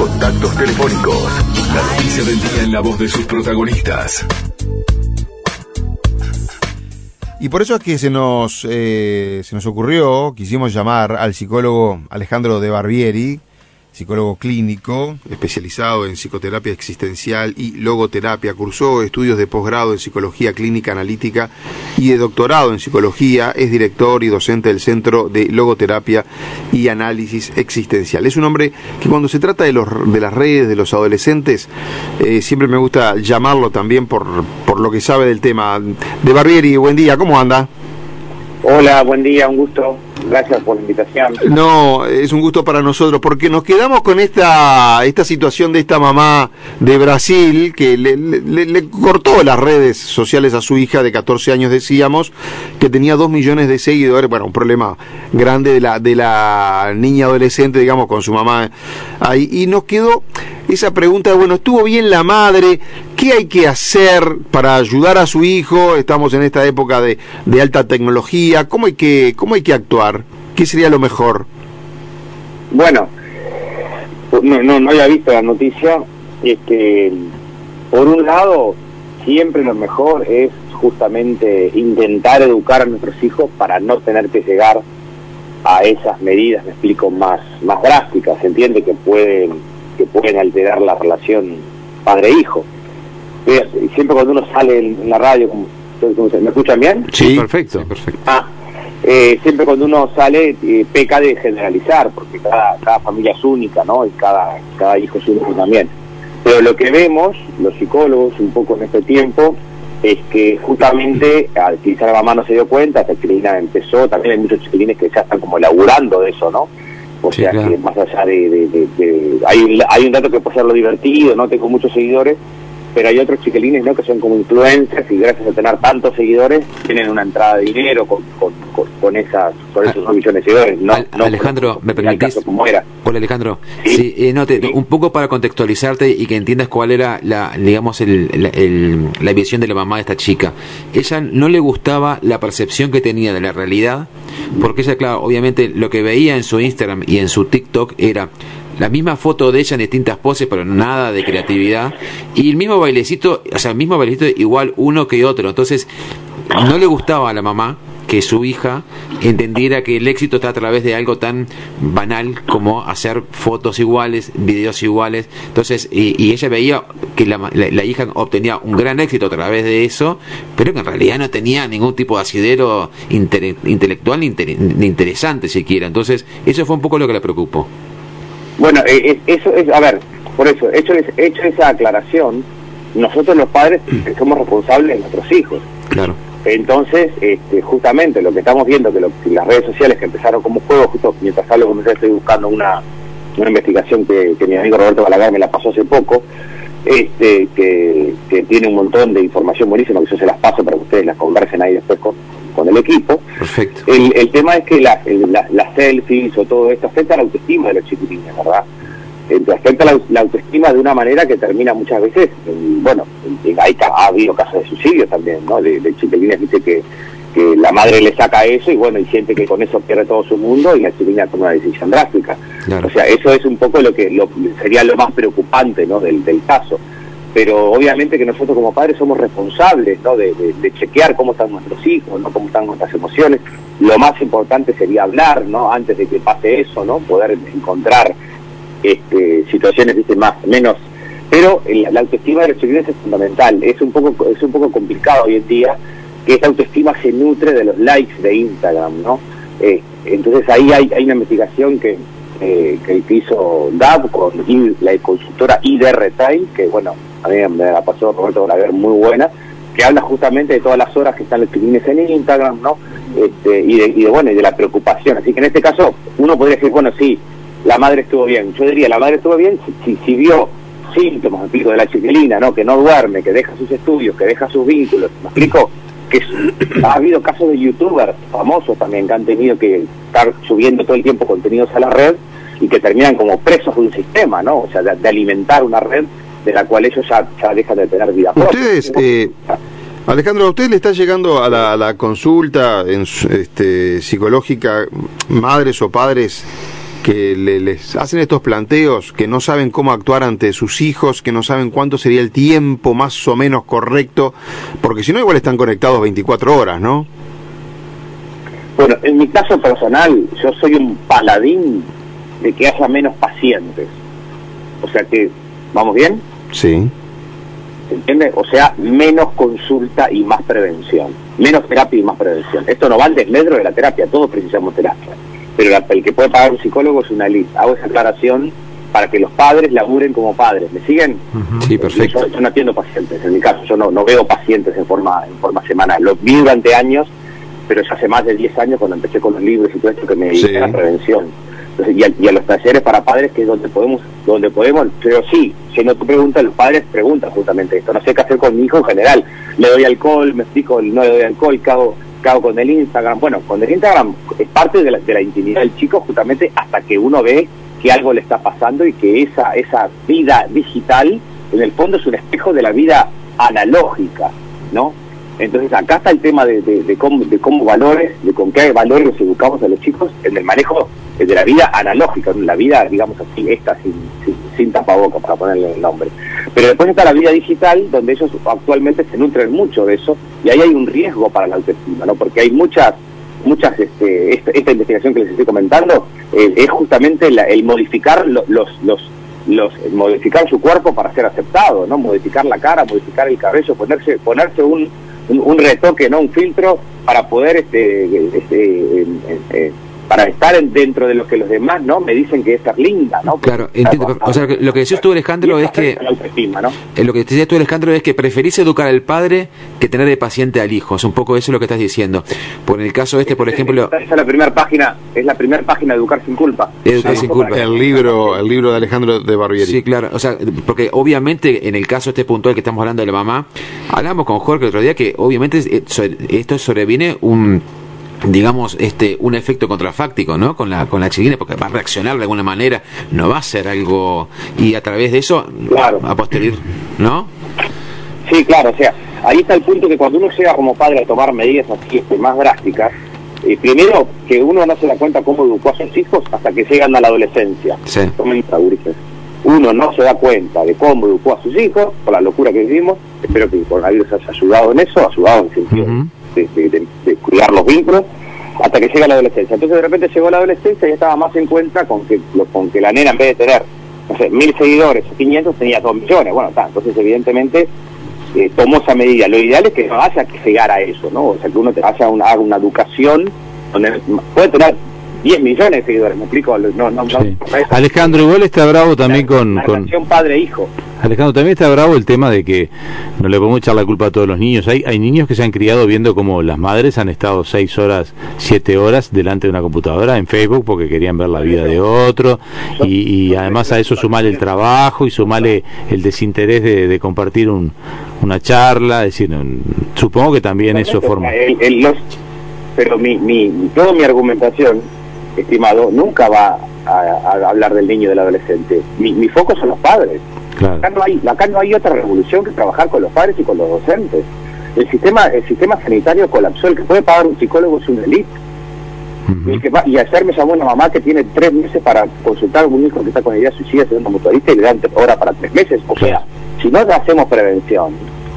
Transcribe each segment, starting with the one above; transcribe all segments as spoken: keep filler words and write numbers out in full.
Contactos telefónicos. La noticia del día en la voz de sus protagonistas. Y por eso es que se nos eh, se nos ocurrió, quisimos llamar al psicólogo Alejandro De Barbieri, psicólogo clínico, especializado en psicoterapia existencial y logoterapia. Cursó estudios de posgrado en psicología clínica analítica y de doctorado en psicología. Es director y docente del Centro de Logoterapia y Análisis Existencial. Es un hombre que cuando se trata de los de las redes, de los adolescentes, eh, siempre me gusta llamarlo también por, por lo que sabe del tema. De Barbieri, buen día, ¿cómo anda? Hola, buen día, un gusto. Gracias por la invitación. No, es un gusto para nosotros, porque nos quedamos con esta esta situación de esta mamá de Brasil que le, le, le cortó las redes sociales a su hija de catorce años, decíamos, que tenía dos millones de seguidores. Bueno, un problema grande de la de la niña adolescente, digamos, con su mamá ahí. Y nos quedó esa pregunta de, bueno, ¿estuvo bien la madre? ¿Qué hay que hacer para ayudar a su hijo? Estamos en esta época de, de alta tecnología. ¿Cómo hay que cómo hay que actuar? ¿Qué sería lo mejor? Bueno, no, no, no había visto la noticia. Este, por un lado, siempre lo mejor es justamente intentar educar a nuestros hijos para no tener que llegar a esas medidas, me explico, más, más drásticas. Se entiende que pueden, que pueden alterar la relación padre-hijo. Siempre cuando uno sale en la radio, ¿me escuchan bien? Sí, perfecto, perfecto. Ah, eh, siempre cuando uno sale eh, peca de generalizar, porque cada, cada familia es única, ¿no? Y cada, cada hijo es único también. Pero lo que vemos, los psicólogos, un poco en este tiempo, es que justamente, quizá la mamá no se dio cuenta, hasta que Chiquilina empezó, también hay muchos chiquilines que ya están como laburando de eso, ¿no? O sí, sea, claro. Que más allá de... de, de, de hay, hay un dato que puede ser lo divertido, ¿no? Tengo muchos seguidores, pero hay otros chiquilines, ¿no?, que son como influencers y gracias a tener tantos seguidores tienen una entrada de dinero con con, con, con esas con esos dos millones de seguidores. No, Al, no Alejandro, por, ¿me permitís? como era. Hola, Alejandro. Sí, sí, eh, no, te, sí. Un poco para contextualizarte y que entiendas cuál era la, digamos, el, el, el, la visión de la mamá de esta chica. Ella no le gustaba la percepción que tenía de la realidad, porque ella, claro, obviamente lo que veía en su Instagram y en su TikTok era la misma foto de ella en distintas poses, pero nada de creatividad, y el mismo bailecito, o sea, el mismo bailecito igual uno que otro. Entonces, no le gustaba a la mamá que su hija entendiera que el éxito está a través de algo tan banal como hacer fotos iguales, videos iguales. Entonces, y, y ella veía que la, la, la hija obtenía un gran éxito a través de eso, pero que en realidad no tenía ningún tipo de asidero inte, intelectual ni, inter, ni interesante siquiera. Entonces, eso fue un poco lo que le preocupó. Bueno, eh, eso es, a ver, por eso, hecho, hecho esa aclaración, nosotros los padres somos responsables de nuestros hijos. Claro. Entonces, este, justamente lo que estamos viendo, que, lo, que las redes sociales que empezaron como juego, justo mientras hablo con ustedes estoy buscando una, una investigación que, que mi amigo Roberto Balaguer me la pasó hace poco, este, que, que tiene un montón de información buenísima, que yo se las paso para que ustedes las conversen ahí después con, con el equipo. Perfecto. El, el tema es que las la, la selfies o todo esto afecta a la autoestima de los chiquitines, ¿verdad? Entonces, afecta la, la autoestima de una manera que termina muchas veces, en, bueno, en, hay, ha habido casos de suicidio también, ¿no? De, de chiquilines, dice que, que la madre le saca eso y bueno, y siente que con eso pierde todo su mundo y la chiquilina toma una decisión drástica. Claro. O sea, eso es un poco lo que lo, sería lo más preocupante, ¿no?, del, del caso. Pero obviamente que nosotros como padres somos responsables, ¿no?, de, de, de chequear cómo están nuestros hijos, ¿no?, cómo están nuestras emociones. Lo más importante sería hablar, ¿no?, antes de que pase eso, ¿no?, poder encontrar este, situaciones, viste, más, menos, pero la, la autoestima de los chiquilines es fundamental. Es un poco es un poco complicado hoy en día que esta autoestima se nutre de los likes de Instagram, ¿no? Eh, entonces ahí hay, hay una investigación que, eh, que hizo D A B con I, la consultora I D Retail, que bueno, a mí me la pasó Roberto Balaguer, muy buena, que habla justamente de todas las horas que están los chiquilines en Instagram, ¿no? Este, y, de, y de bueno, y de la preocupación. Así que en este caso uno podría decir, bueno, sí, la madre estuvo bien. Yo diría, la madre estuvo bien si, si, si vio síntomas, me explico, de la chiquilina, ¿no?, que no duerme, que deja sus estudios, que deja sus vínculos, me explico, que ha habido casos de youtubers famosos también que han tenido que estar subiendo todo el tiempo contenidos a la red y que terminan como presos de un sistema, ¿no? O sea, de, de alimentar una red de la cual ellos ya, ya dejan de tener vida propia. Ustedes, eh, Alejandro, ¿a usted le está llegando a la, a la consulta en, este, psicológica madres o padres que le, les hacen estos planteos, que no saben cómo actuar ante sus hijos, que no saben cuánto sería el tiempo más o menos correcto, porque si no igual están conectados veinticuatro horas, ¿no? Bueno, en mi caso personal, yo soy un paladín de que haya menos pacientes. O sea que, ¿vamos bien? Sí. ¿Se entiende? O sea, menos consulta y más prevención. Menos terapia y más prevención. Esto no va al desmedro de la terapia, todos precisamos terapia. Pero la, el que puede pagar un psicólogo es una elite. Hago esa aclaración para que los padres laburen como padres. ¿Me siguen? Uh-huh. Sí, perfecto. Yo, yo no atiendo pacientes, en mi caso. Yo no, no veo pacientes en forma, en forma semanal. Los vi durante años, pero ya hace más de diez años cuando empecé con los libros y todo esto que me dediqué sí. a la prevención. Entonces, y, a, y a los talleres para padres, que es donde podemos, donde podemos, pero sí, si no tu pregunta, los padres preguntan justamente esto. No sé qué hacer con mi hijo en general. Le doy alcohol, me explico, no le doy alcohol, ¿qué hago, qué hago con el Instagram? Bueno, con el Instagram es parte de la, de la intimidad del chico justamente hasta que uno ve que algo le está pasando y que esa, esa vida digital en el fondo es un espejo de la vida analógica, ¿no? Entonces acá está el tema de, de, de, cómo, de cómo valores, de con qué valores los educamos a los chicos en el manejo de la vida analógica, la vida, digamos así, esta sin, sin, sin tapaboca, para ponerle el nombre. Pero después está la vida digital, donde ellos actualmente se nutren mucho de eso, y ahí hay un riesgo para la autoestima, ¿no? Porque hay muchas, muchas este, esta, esta investigación que les estoy comentando, eh, es justamente la, el modificar lo, los... los los modificar su cuerpo para ser aceptado, ¿no? Modificar la cara, modificar el cabello, ponerse ponerse un Un, un retoque, no un filtro, para poder este, este eh, eh, para estar en, dentro de lo que los demás no me dicen que es ser linda, ¿no? Porque, claro, entiendo. O sea, lo que decías tú, Alejandro, es que ¿no? lo que decías tú, Alejandro, es que preferís educar al padre que tener de paciente al hijo. Es un poco eso lo que estás diciendo. Por el caso este, por ejemplo, esa es la primera página, es la primera página de Educar sin culpa. Educar sin culpa. El libro, el libro de Alejandro de Barbieri. Sí, claro. O sea, porque obviamente en el caso este puntual que estamos hablando de la mamá, hablamos con Jorge el otro día que obviamente esto sobreviene un digamos este un efecto contrafáctico, ¿no? Con la con la chiquilina, porque va a reaccionar de alguna manera, no va a ser algo, y a través de eso, claro, a posterior, ¿no? Sí, claro, o sea, ahí está el punto que cuando uno llega como padre a tomar medidas así este, más drásticas, eh, primero que uno no se da cuenta cómo educó a sus hijos hasta que llegan a la adolescencia. Sí. Uno no se da cuenta de cómo educó a sus hijos, por la locura que vivimos. Espero que el coronavirus haya ayudado en eso, ayudado en el sentido uh-huh. de, de, de, de cuidar los vínculos, hasta que llega la adolescencia. Entonces de repente llegó la adolescencia y estaba más en cuenta con que con que la nena, en vez de tener, no sé, mil seguidores o quinientos, tenía dos millones. Bueno, está, entonces evidentemente eh, tomó esa medida. Lo ideal es que no haya que llegar a eso, ¿no? O sea, que uno te haya una, haga una educación donde puede tener diez millones de seguidores, me explico. No, no, sí. no, Alejandro, igual está bravo también la, con... la con... relación padre-hijo. Alejandro, también está bravo el tema de que no le podemos echar la culpa a todos los niños. Hay hay niños que se han criado viendo cómo las madres han estado seis horas, siete horas delante de una computadora en Facebook porque querían ver la vida de otro, y, y además a eso sumale el trabajo y sumale el desinterés de, de compartir un, una charla. Es decir, supongo que también eso forma... El, el, los, pero mi, mi, toda mi argumentación, estimado, nunca va a, a hablar del niño y del adolescente. Mi, mi foco son los padres. Claro. Acá no hay, acá no hay otra revolución que trabajar con los padres y con los docentes. El sistema, el sistema sanitario colapsó. El que puede pagar un psicólogo es una elite. Uh-huh. El que va, y ayer me llamó una mamá que tiene tres meses para consultar a un hijo que está con idea suicida, siendo motorista, y le dan hora para tres meses. O sea, si no hacemos prevención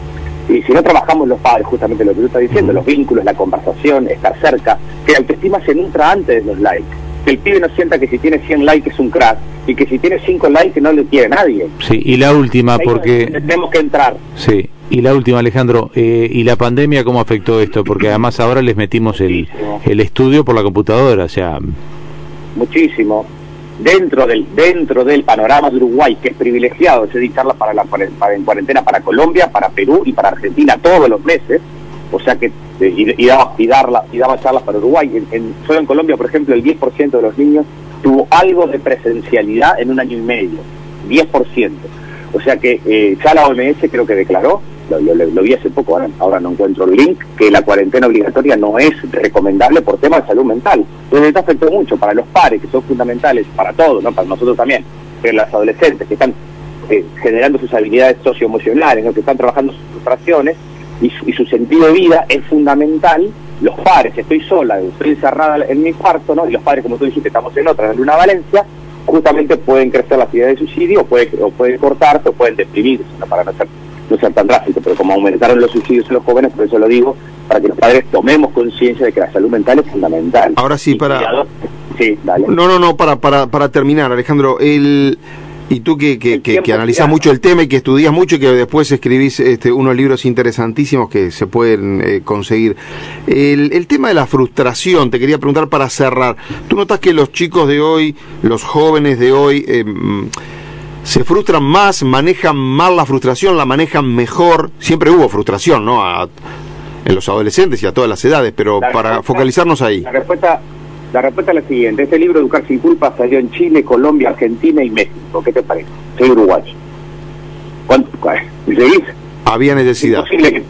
y si no trabajamos los padres, justamente lo que tú estás diciendo, uh-huh. los vínculos, la conversación, estar cerca, que la autoestima se nutra antes de los likes. Que el pibe no sienta que si tiene cien likes es un crack, y que si tiene cinco likes no le quiere nadie. Sí, y la última, ahí porque... tenemos que entrar. Sí, y la última, Alejandro, eh, ¿y la pandemia cómo afectó esto? Porque además ahora les metimos el, el estudio por la computadora, o sea... Muchísimo. Dentro del dentro del panorama de Uruguay, que es privilegiado, se dictarla para la para, para, en cuarentena para Colombia, para Perú y para Argentina todos los meses, o sea que y, y, daba, y, darla, y daba charlas para Uruguay. En, en, solo en Colombia, por ejemplo, el diez por ciento de los niños tuvo algo de presencialidad en un año y medio, diez por ciento. O sea que eh, ya la O M S creo que declaró, lo, lo, lo vi hace poco, ahora, ahora no encuentro el link, que la cuarentena obligatoria no es recomendable por temas de salud mental. Entonces esto afectó mucho para los padres, que son fundamentales para todos, ¿no? Para nosotros también, pero los adolescentes que están eh, generando sus habilidades socioemocionales, ¿no? Que están trabajando sus frustraciones y su, y su sentido de vida, es fundamental los padres, estoy sola, estoy encerrada en mi cuarto, ¿no? Y los padres, como tú dijiste, estamos en otra, en una Valencia, justamente pueden crecer las ideas de suicidio, o puede, o pueden cortarse, o pueden deprimirse, ¿no? Para no ser, no ser tan drástico, pero como aumentaron los suicidios en los jóvenes, por eso lo digo, para que los padres tomemos conciencia de que la salud mental es fundamental. Ahora sí, y para... cuidado, sí, dale. No, no, no, para, para, para terminar, Alejandro, el... Y tú que, que, que, que analizás mucho el tema y que estudias mucho y que después escribís este, unos libros interesantísimos que se pueden eh, conseguir. El, el tema de la frustración, te quería preguntar para cerrar. ¿Tú notas que los chicos de hoy, los jóvenes de hoy, eh, se frustran más, manejan mal la frustración, la manejan mejor? Siempre hubo frustración, ¿no? A, en los adolescentes y a todas las edades, pero la para focalizarnos ahí. La respuesta... La respuesta es la siguiente. Este libro, Educar sin culpa, salió en Chile, Colombia, Argentina y México. ¿Qué te parece? Soy uruguayo. ¿Cuánto? ¿Seguís? Había necesidad. Que...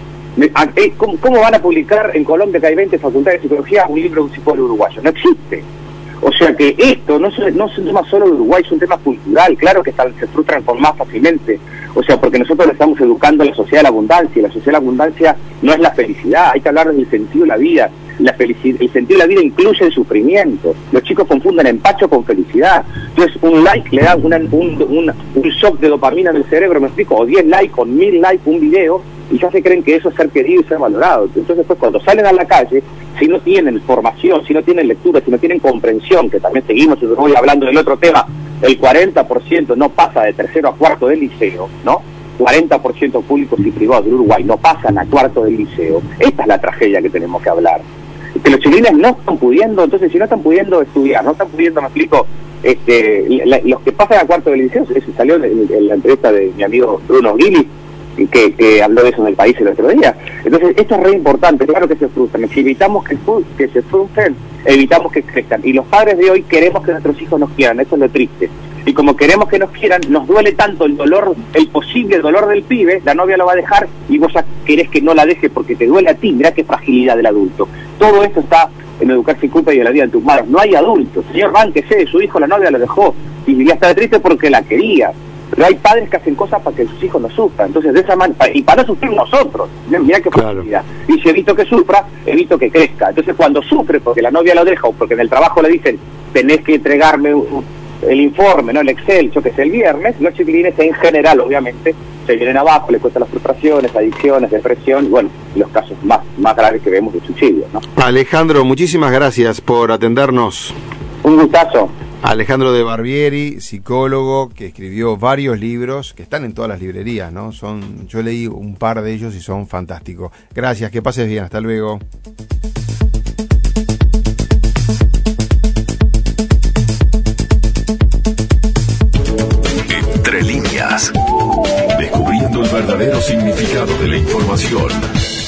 ¿Cómo, ¿Cómo van a publicar en Colombia, que hay veinte facultades de psicología, un libro de un psicólogo uruguayo? No existe. O sea que esto no es, no es un tema solo de Uruguay, es un tema cultural. Claro que tal, se frustran con más fácilmente. O sea, porque nosotros le estamos educando a la sociedad de la abundancia, y la sociedad de la abundancia no es la felicidad, hay que hablar del sentido de la vida. La felicidad, el sentido de la vida incluye el sufrimiento. Los chicos confunden empacho con felicidad. Entonces un like le da una, un, un, un shock de dopamina en el cerebro, me explico, o diez likes, o mil likes, un video, y ya se creen que eso es ser querido y ser valorado. Entonces después cuando salen a la calle, si no tienen formación, si no tienen lectura, si no tienen comprensión, que también seguimos, y voy hablando del otro tema, el cuarenta por ciento no pasa de tercero a cuarto del liceo, ¿no? cuarenta por ciento públicos y privados de Uruguay no pasan a cuarto del liceo. Esta es la tragedia que tenemos que hablar. Que los chilenos no están pudiendo, entonces si no están pudiendo estudiar, no están pudiendo, me explico, este, la, los que pasan a cuarto del liceo, eso salió en, en la entrevista de mi amigo Bruno Gili, que, que habló de eso en El País el otro día. Entonces esto es re importante, claro que se frustran, si evitamos que, que se frustren, evitamos que crezcan, y los padres de hoy queremos que nuestros hijos nos quieran, eso es lo triste. Y como queremos que nos quieran, nos duele tanto el dolor, el posible dolor del pibe, la novia lo va a dejar y vos ya querés que no la deje porque te duele a ti. Mirá qué fragilidad del adulto. Todo esto está en Educar sin culpa y de la vida en tus manos. No hay adultos. Señor, bánquese, su hijo la novia lo dejó y ya estaba triste porque la quería. Pero hay padres que hacen cosas para que sus hijos no sufran. Entonces, de esa manera, y para no sufrir nosotros, mirá qué fragilidad. Claro. Y si evito que sufra, evito que crezca. Entonces, cuando sufre porque la novia lo deja o porque en el trabajo le dicen, tenés que entregarme un, el informe, no el Excel, yo que sé, el viernes, los chiquilines en general, obviamente, se vienen abajo, les cuesta las frustraciones, adicciones, depresión, y bueno, los casos más, más graves que vemos de suicidio, ¿no? Alejandro, muchísimas gracias por atendernos. Un gustazo. Alejandro de Barbieri, psicólogo, que escribió varios libros, que están en todas las librerías, ¿no? Son, yo leí un par de ellos y son fantásticos. Gracias, que pases bien, hasta luego. Entre líneas, descubriendo el verdadero significado de la información.